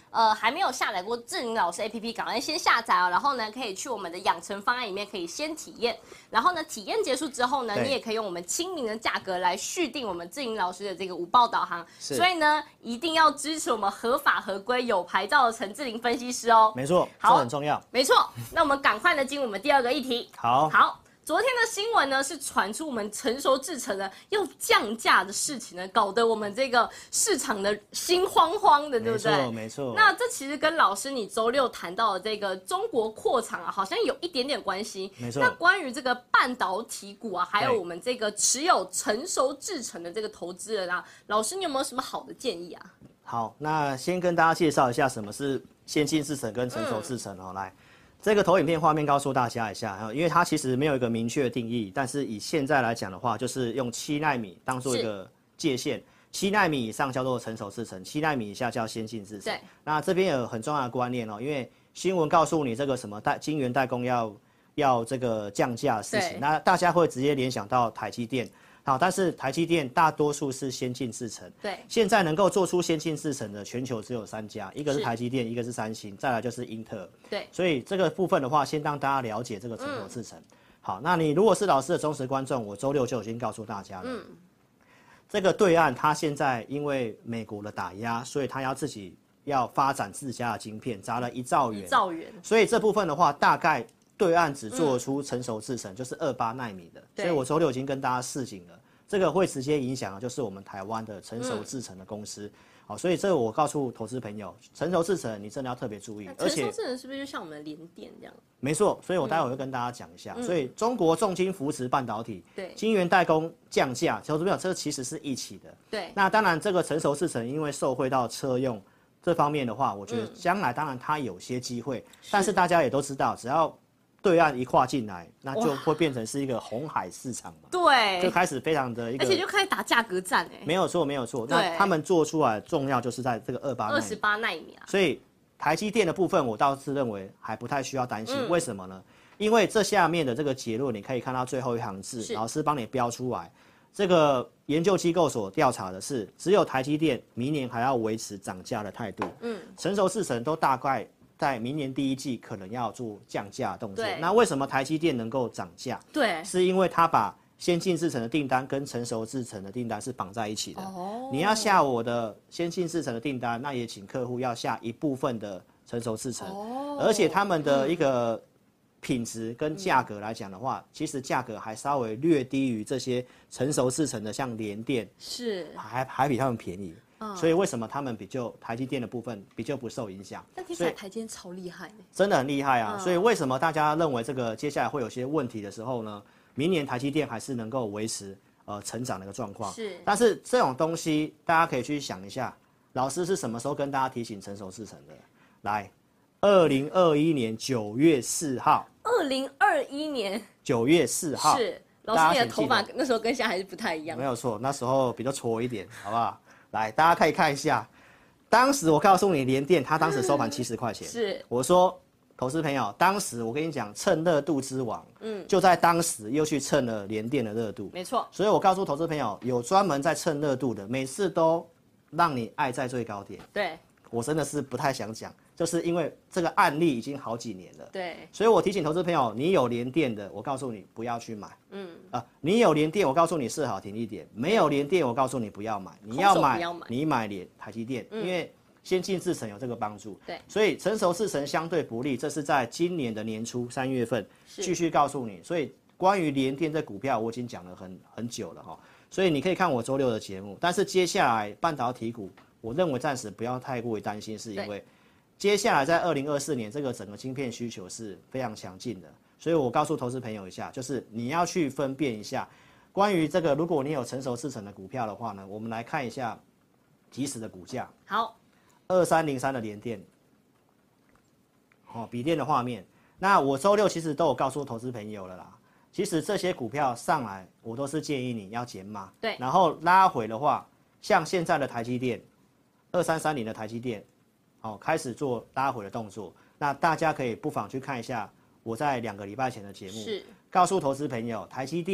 呃还没有下载过志玲老师 A P P， 赶快先下载哦。然后呢，可以去我们的养成方案里面可以先体验。然后呢，体验结束之后呢，你也可以用我们亲民的价格来续订我们志玲老师的这个午报导航。所以呢，一定要支持我们合法合规有牌照的陈志玲分析师哦。 没错，这很重要。 没错，那我们赶快的进入我们第二个议题。 好， 好。昨天的新闻呢，是传出我们成熟制程呢要降价的事情呢，搞得我们这个市场的心慌慌的，对不对？ 没错，没错。 那这其实跟老师你周六谈到的这个中国扩厂啊，好像有一点点关系。 没错。 那关于这个半导体股啊，还有我们这个持有成熟制程的这个投资人啊，老师你有没有什么好的建议啊？ 好，那先跟大家介绍一下什么是先进制程跟成熟制程哦，嗯、来。这个投影片画面告诉大家一下，因为它其实没有一个明确的定义，但是以现在来讲的话，就是用七奈米当做一个界限，七奈米以上叫做成熟制程，七奈米以下叫先进制程。那这边有很重要的观念哦，因为新闻告诉你这个什么代晶圆代工要要这个降价的事情，那大家会直接联想到台积电。好，但是台积电大多数是先进制程， 对， 现在能够做出先进制程的全球只有三家，一个是台积电，一个是三星，再来就是英特尔， 对， 所以这个部分的话，先让大家了解这个成熟制程。嗯、好，那你如果是老师的忠实观众，我周六就已经告诉大家了，嗯，这个对岸它现在因为美国的打压，所以它要自己要发展自家的晶片，砸了一兆元， 一兆元， 所以这部分的话，大概对岸只做出成熟制程，嗯、就是二八奈米的，所以我周六已经跟大家示警了。这个会直接影响的就是我们台湾的成熟制程的公司，好、嗯，所以这个我告诉投资朋友，成熟制程你真的要特别注意。 而且成熟制程是不是就像我们的联电这样？ 没错，所以我待会会跟大家讲一下。嗯、所以中国重金扶持半导体， 对， 晶圆代工降价，投资朋友，这个其实是一起的。 对， 那当然这个成熟制程因为受惠到车用这方面的话，我觉得将来当然它有些机会，嗯、但是大家也都知道，只要对岸一跨进来，那就会变成是一个红海市场嘛。 对， 就开始非常的一个， 而且就开始打价格战哎。 没有错，没有错。那他们做出来重要就是在这个二八、 二十八奈米啊。 所以台积电的部分，我倒是认为还不太需要担心。嗯、为什么呢？因为这下面的这个结论，你可以看到最后一行字，老师帮你标出来。这个研究机构所调查的是，只有台积电明年还要维持涨价的态度。嗯，成熟制程都大概在明年第一季可能要做降价动作。那为什么台积电能够涨价？ 对， 是因为它把先进制程的订单跟成熟制程的订单是绑在一起的。哦，你要下我的先进制程的订单，那也请客户要下一部分的成熟制程。哦，而且他们的一个品质跟价格来讲的话，嗯、其实价格还稍微略低于这些成熟制程的，像联电是还还比他们便宜。嗯、所以为什么他们比较台积电的部分比较不受影响？ 但听起来台积电超厉害， 真的很厉害啊！嗯、所以为什么大家认为这个接下来会有些问题的时候呢？明年台积电还是能够维持呃成长的一个状况。 是， 但是这种东西大家可以去想一下，老师是什么时候跟大家提醒成熟制程的？来，二零二一年九月四号。 二零二一年九月四号。 是，老师你的头发那时候跟现在还是不太一样。 没有错，那时候比较矬一点，好不好？来，大家可以看一下，当时我告诉你，联电它当时收盘七十块钱， 是我说，投资朋友，当时我跟你讲，趁热度之王，嗯，就在当时又去蹭了联电的热度， 没错。 所以我告诉投资朋友，有专门在蹭热度的，每次都让你爱在最高点。 对， 我真的是不太想讲，就是因为这个案例已经好几年了， 对， 所以我提醒投资朋友，你有联电的，我告诉你不要去买，嗯，啊、呃，你有联电，我告诉你设好停利点，没有联电，我告诉你不要买，你要买， 要买你买联台积电，嗯、因为先进制程有这个帮助， 对， 所以成熟制程相对不利，这是在今年的年初三月份继续告诉你，所以关于联电这股票我已经讲了很很久了哈，所以你可以看我周六的节目，但是接下来半导体股，我认为暂时不要太过于担心，是因为接下来在二零二四年这个整个晶片需求是非常强劲的，所以我告诉投资朋友一下，就是你要去分辨一下关于这个，如果你有成熟制程的股票的话呢，我们来看一下即时的股价。 好， 二三零三的联电，哦，笔电的画面。那我周六其实都有告诉投资朋友了啦。其实这些股票上来，我都是建议你要减码。 对。 然后拉回的话，像现在的台积电，二三三零的台积电，哦，开始做拉回的动作。那大家可以不妨去看一下我在两个礼拜前的节目， 是告诉投资朋友，台积电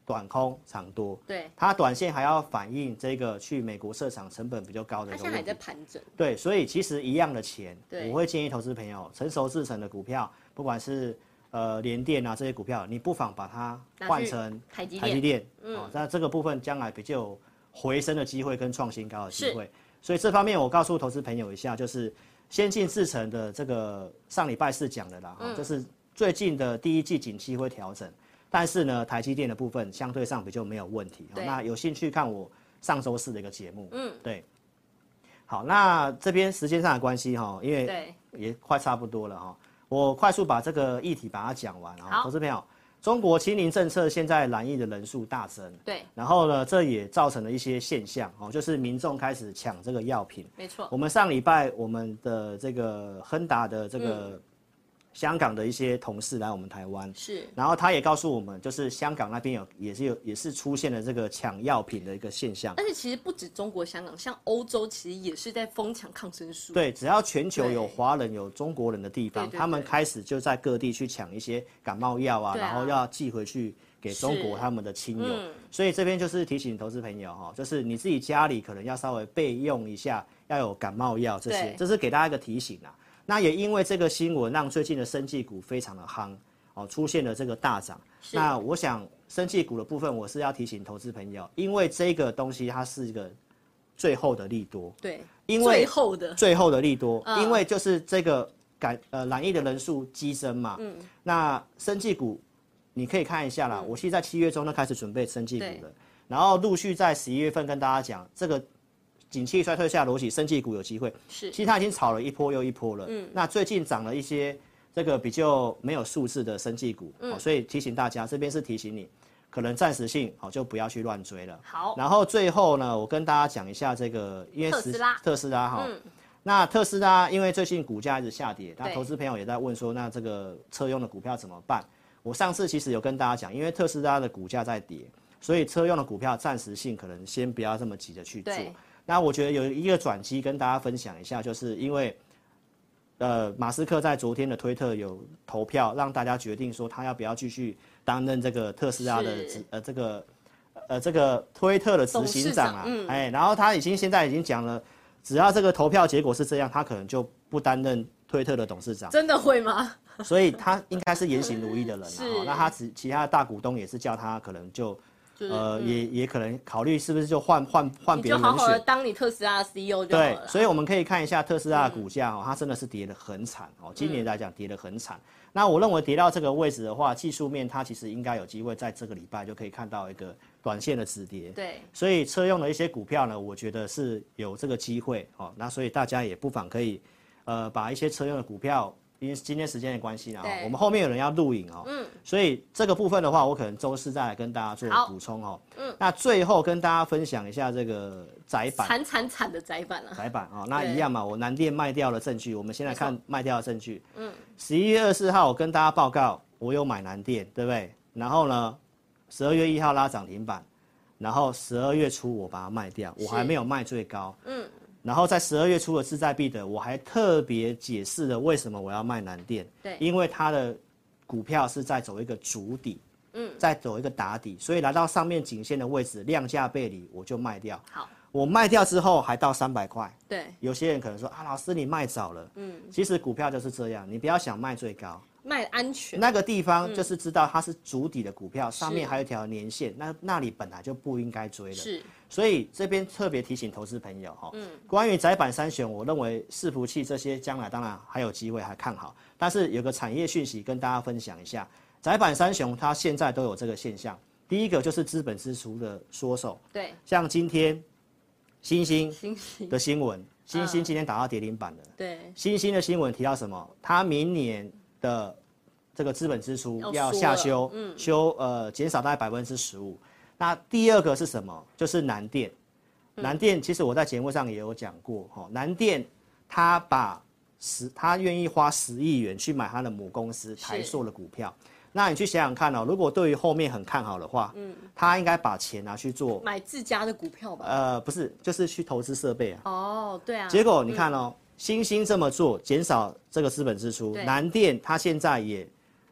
短空长多， 对， 它短线还要反映这个去美国设厂成本比较高的一个问题。 它现在还在盘整。 对，所以其实一样的钱， 对， 我会建议投资朋友，成熟制成的股票，不管是呃联电啊这些股票，你不妨把它换成台积电， 台积电， 嗯， 哦，那这个部分将来比较有回升的机会跟创新高的机会。所以这方面我告诉投资朋友一下，就是先进制程的这个上礼拜四讲的啦，嗯，就是最近的第一季景气会调整。但是呢，台积电的部分相对上比较没有问题。那有兴趣看我上周四的一个节目，嗯，对。好，那这边时间上的关系哈，因为也快差不多了哈，我快速把这个议题把它讲完哈。投资朋友，中国清零政策现在染疫的人数大增， 对。 然后呢，这也造成了一些现象哦，就是民众开始抢这个药品。 没错。 我们上礼拜我们的这个亨达的这个。嗯香港的一些同事来我们台湾， 是， 然后他也告诉我们，就是香港那边有也是有也是出现了这个抢药品的一个现象。 但是其实不止中国香港，像欧洲其实也是在疯抢抗生素。 对，只要全球有华人有中国人的地方， 对对对他们开始就在各地去抢一些感冒药啊，啊然后要寄回去给中国他们的亲友。嗯、所以这边就是提醒投资朋友哈，就是你自己家里可能要稍微备用一下，要有感冒药这些，这是给大家一个提醒啊。那也因为这个新闻，让最近的生技股非常的夯，哦，出现了这个大涨。那我想生技股的部分，我是要提醒投资朋友，因为这个东西它是一个最后的利多。 对， 因为最后的最后的利多，嗯、因为就是这个感呃染疫的人数激增嘛。嗯。那生技股，你可以看一下啦，嗯、我其实在七月中就开始准备生技股了，然后陆续在十一月份跟大家讲这个。景气衰退下逻辑，生技股有机会。 是， 其实它已经炒了一波又一波了。嗯，那最近涨了一些这个比较没有数字的生技股，嗯、哦，所以提醒大家，这边是提醒你，可能暂时性，好、哦、就不要去乱追了。 好。 然后最后呢，我跟大家讲一下这个，因为特斯拉， 特斯拉哈，嗯、那特斯拉因为最近股价一直下跌，那投资朋友也在问说，那这个车用的股票怎么办？我上次其实有跟大家讲，因为特斯拉的股价在跌，所以车用的股票暂时性可能先不要这么急着去做。那我觉得有一个转机跟大家分享一下，就是因为，呃，马斯克在昨天的推特有投票，让大家决定说他要不要继续担任这个特斯拉的呃这个呃这个推特的执行长啊，嗯、哎，然后他已经现在已经讲了，只要这个投票结果是这样，他可能就不担任推特的董事长。 真的会吗？ 所以他应该是言行如一的人啊。那他其其他的大股东也是叫他可能就。呃，也也可能考虑是不是就换换换别人人选， 你就好好的当你特斯拉的 C E O 就好了。 对，所以我们可以看一下特斯拉的股价哦，它真的是跌得很惨哦，今年来讲跌得很惨。那我认为跌到这个位置的话，技术面它其实应该有机会在这个礼拜就可以看到一个短线的止跌。 对， 所以车用的一些股票呢，我觉得是有这个机会哦。那所以大家也不妨可以呃把一些车用的股票。因为今天时间的关系啊，我们后面有人要录影哦，嗯，所以这个部分的话，我可能周四再来跟大家做补充哦。嗯，那最后跟大家分享一下这个窄板， 惨惨惨的窄板啊， 窄板啊，那一样嘛，我南电卖掉了证据，我们先来看卖掉的证据。嗯，十一月二十四号我跟大家报告，我有买南电，对不对？然后呢，十二月一号拉涨停板，然后十二月初我把它卖掉，我还没有卖最高。嗯。然后在十二月初的志在必得，我还特别解释了为什么我要卖南电。 对， 因为它的股票是在走一个筑底，嗯，在走一个打底，所以来到上面颈线的位置，量价背离，我就卖掉。 好， 我卖掉之后还到三百块。 对， 有些人可能说啊，老师你卖早了。嗯，其实股票就是这样，你不要想卖最高。 卖安全那个地方就是知道它是筑底的股票，嗯、上面还有一条年线，那那里本来就不应该追了。 是， 所以这边特别提醒投资朋友哈，嗯，关于窄板三雄，我认为伺服器这些将来当然还有机会，还看好。但是有个产业讯息跟大家分享一下，窄板三雄它现在都有这个现象。第一个就是资本支出的缩手， 对， 像今天星星的新闻，星星今天打到跌停板了， 对， 星星的新闻提到什么？它明年的这个资本支出要下修，嗯，修呃减少大概百分之十五。那第二个是什么？就是南电。南电其实我在节目上也有讲过，哈，南电他把十他愿意花十亿元去买他的母公司台塑的股票。那你去想想看哦，如果对于后面很看好的话，嗯，他应该把钱拿去做买自家的股票吧？ 呃，不是，就是去投资设备啊。 哦，对啊。 结果你看哦。嗯星星这么做，减少这个资本支出。南电它现在也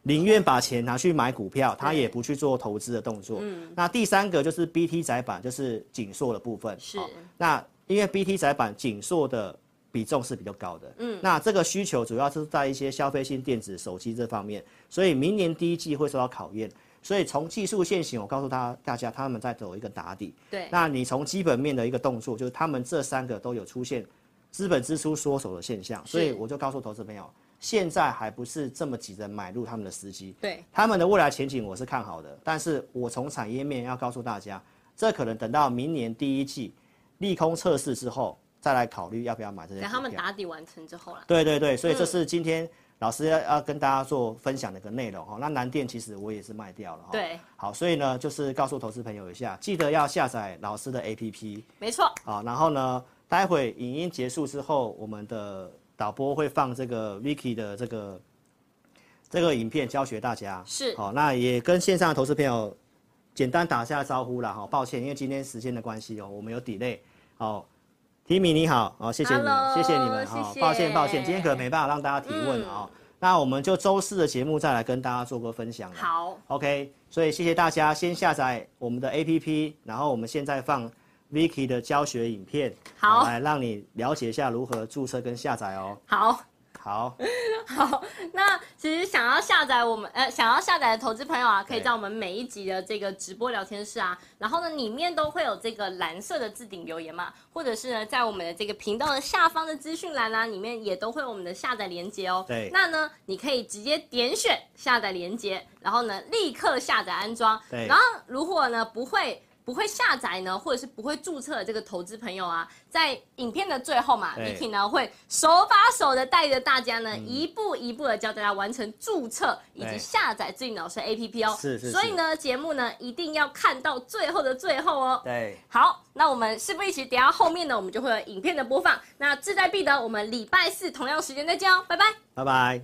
宁愿把钱拿去买股票，他也不去做投资的动作。嗯，那第三个就是 B T 载板，就是紧缩的部分。 是， 那因为 B T 载板紧缩的比重是比较高的。嗯，那这个需求主要是在一些消费性电子、手机这方面，所以明年第一季会受到考验。所以从技术线型，我告诉他大家，他们在走一个打底。 对。 那你从基本面的一个动作，就是他们这三个都有出现资本支出缩手的现象，所以我就告诉投资朋友，现在还不是这么急着买入他们的时机。 对。 他们的未来前景我是看好的，但是我从产业面要告诉大家，这可能等到明年第一季利空测试之后，再来考虑要不要买这些股票。 等他们打底完成之后啦。 对对对，所以这是今天。老师要要跟大家做分享的一个内容哈，那南电其实我也是卖掉了哈。 对， 好，所以呢，就是告诉投资朋友一下，记得要下载老师的 A P P。 没错。 好，然后呢，待会影音结束之后，我们的导播会放这个 Vicky 的这个这个影片教学大家。 是。 好，那也跟线上的投资朋友简单打下招呼啦哈，抱歉，因为今天时间的关系哦，我们有 delay。好。Timmy 你好，哦，谢谢你们，谢谢你们，哈，抱歉抱歉，今天可能没办法让大家提问啊、嗯，那我们就周四的节目再来跟大家做个分享。 好 ，OK， 所以谢谢大家，先下载我们的 A P P， 然后我们现在放 Vicky 的教学影片， 好， 来让你了解一下如何注册跟下载哦。 好。 好， 好，那其实想要下载我们呃想要下载的投资朋友啊，可以在我们每一集的这个直播聊天室啊，然后呢里面都会有这个蓝色的置顶留言嘛，或者是呢在我们的这个频道的下方的资讯栏啊，里面也都会有我们的下载连结哦。 对， 那呢你可以直接点选下载连结，然后呢立刻下载安装。 对， 然后如果呢不会。不会下载呢，或者是不会注册的这个投资朋友啊，在影片的最后嘛 ，Vicky 呢会手把手的带着大家呢、嗯，一步一步的教大家完成注册以及下载志颖老师 A P P 哦。 是是是。 所以呢，节目呢一定要看到最后的最后哦。 对。 好，那我们事不宜迟，等一下后面呢我们就会有影片的播放。那志在必得，我们礼拜四同样时间再见哦，拜拜。 拜拜。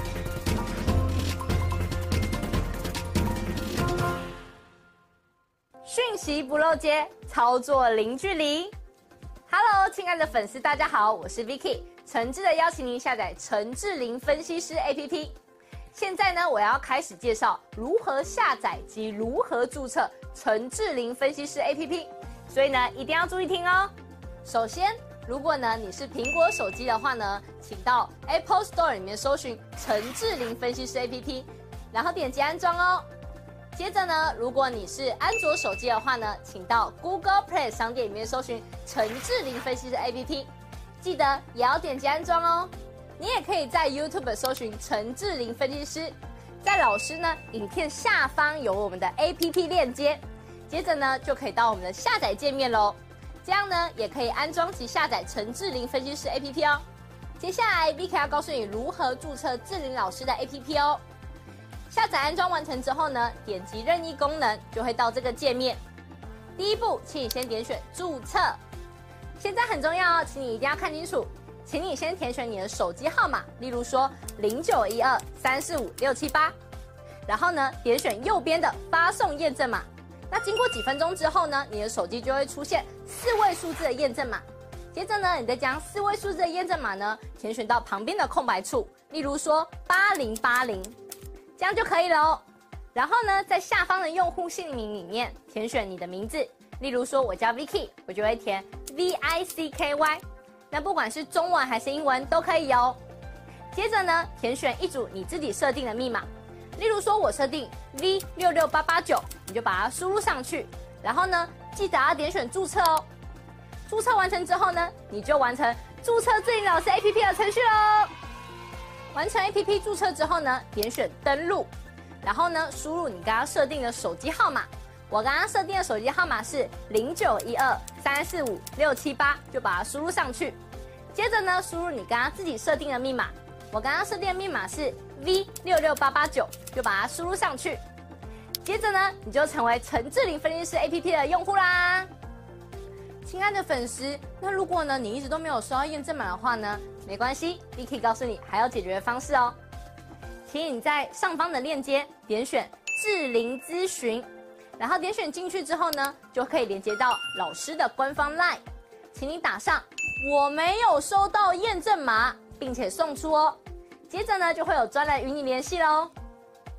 讯息不漏接，操作零距离。Hello， 亲爱的粉丝，大家好，我是 Vicky， 诚挚的邀请您下载陈志玲分析师 A P P。现在呢，我要开始介绍如何下载及如何注册陈志玲分析师 A P P， 所以呢，一定要注意听哦。首先，如果呢你是苹果手机的话呢，请到 Apple Store 里面搜寻陈志玲分析师 A P P， 然后点击安装哦。接着呢，如果你是安卓手机的话呢，请到 Google Play 商店里面搜寻陈志玲分析师 A P P， 记得也要点击安装哦。你也可以在 YouTube 搜寻陈志玲分析师，在老师呢影片下方有我们的 A P P 链接，接着呢就可以到我们的下载界面喽。这样呢也可以安装及下载陈志玲分析师 A P P 哦。接下来 Vicky 要告诉你如何注册志玲老师的 A P P 哦。下载安装完成之后呢，点击任意功能就会到这个界面。第一步，请你先点选注册。现在很重要哦，请你一定要看清楚，请你先填选你的手机号码，例如说零九一二三四五六七八，然后呢点选右边的发送验证码。那经过几分钟之后呢，你的手机就会出现四位数字的验证码。接着呢，你再将四位数字的验证码呢填选到旁边的空白处，例如说八零八零。这样就可以了哦。然后呢，在下方的用户姓名里面填选你的名字，例如说我叫 Vicky， 我就会填 V I C K Y。那不管是中文还是英文都可以哦。接着呢，填选一组你自己设定的密码，例如说我设定 V 六六八八九，你就把它输入上去。然后呢，记得要点选注册哦。注册完成之后呢，你就完成注册志玲老师 A P P 的程序喽。完成 A P P 注册之后呢，点选登录，然后呢，输入你刚刚设定的手机号码。我刚刚设定的手机号码是零九一二三四五六七八，就把它输入上去。接着呢，输入你刚刚自己设定的密码。我刚刚设定的密码是 V 六六八八九，就把它输入上去。接着呢，你就成为陈志玲分析师 A P P 的用户啦。亲爱的粉丝，那如果呢你一直都没有收到验证码的话呢，没关系 ，Vicky 告诉你还有解决的方式哦。请你在上方的链接点选志玲咨询，然后点选进去之后呢，就可以连接到老师的官方 LINE， 请你打上我没有收到验证码，并且送出哦。接着呢，就会有专人与你联系喽。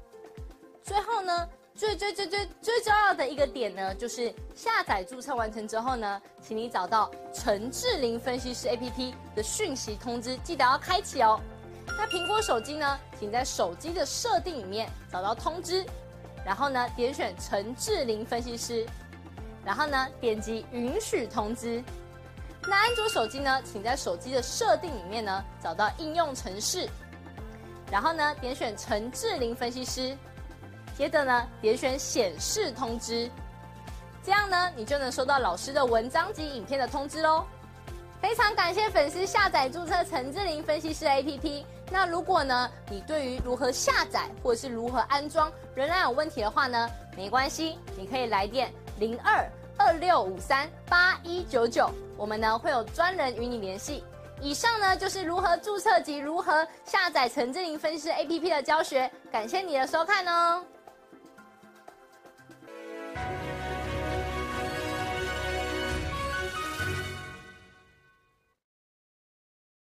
最后呢，最最最最最重要的一个点呢，就是下载注册完成之后呢，请你找到陈志玲分析师 A P P 的讯息通知，记得要开启哦。那苹果手机呢，请在手机的设定里面找到通知，然后呢点选陈志玲分析师，然后呢点击允许通知。那安卓手机呢，请在手机的设定里面呢找到应用程式，然后呢点选陈志玲分析师，接着呢点选显示通知，这样呢你就能收到老师的文章及影片的通知咯。非常感谢粉丝下载注册陈志玲分析师 A P P。那如果呢你对于如何下载或者是如何安装仍然有问题的话呢，没关系，你可以来电零二二六五三八一九九，我们呢会有专人与你联系。以上呢就是如何注册及如何下载陈志玲分析师 A P P 的教学，感谢你的收看哦。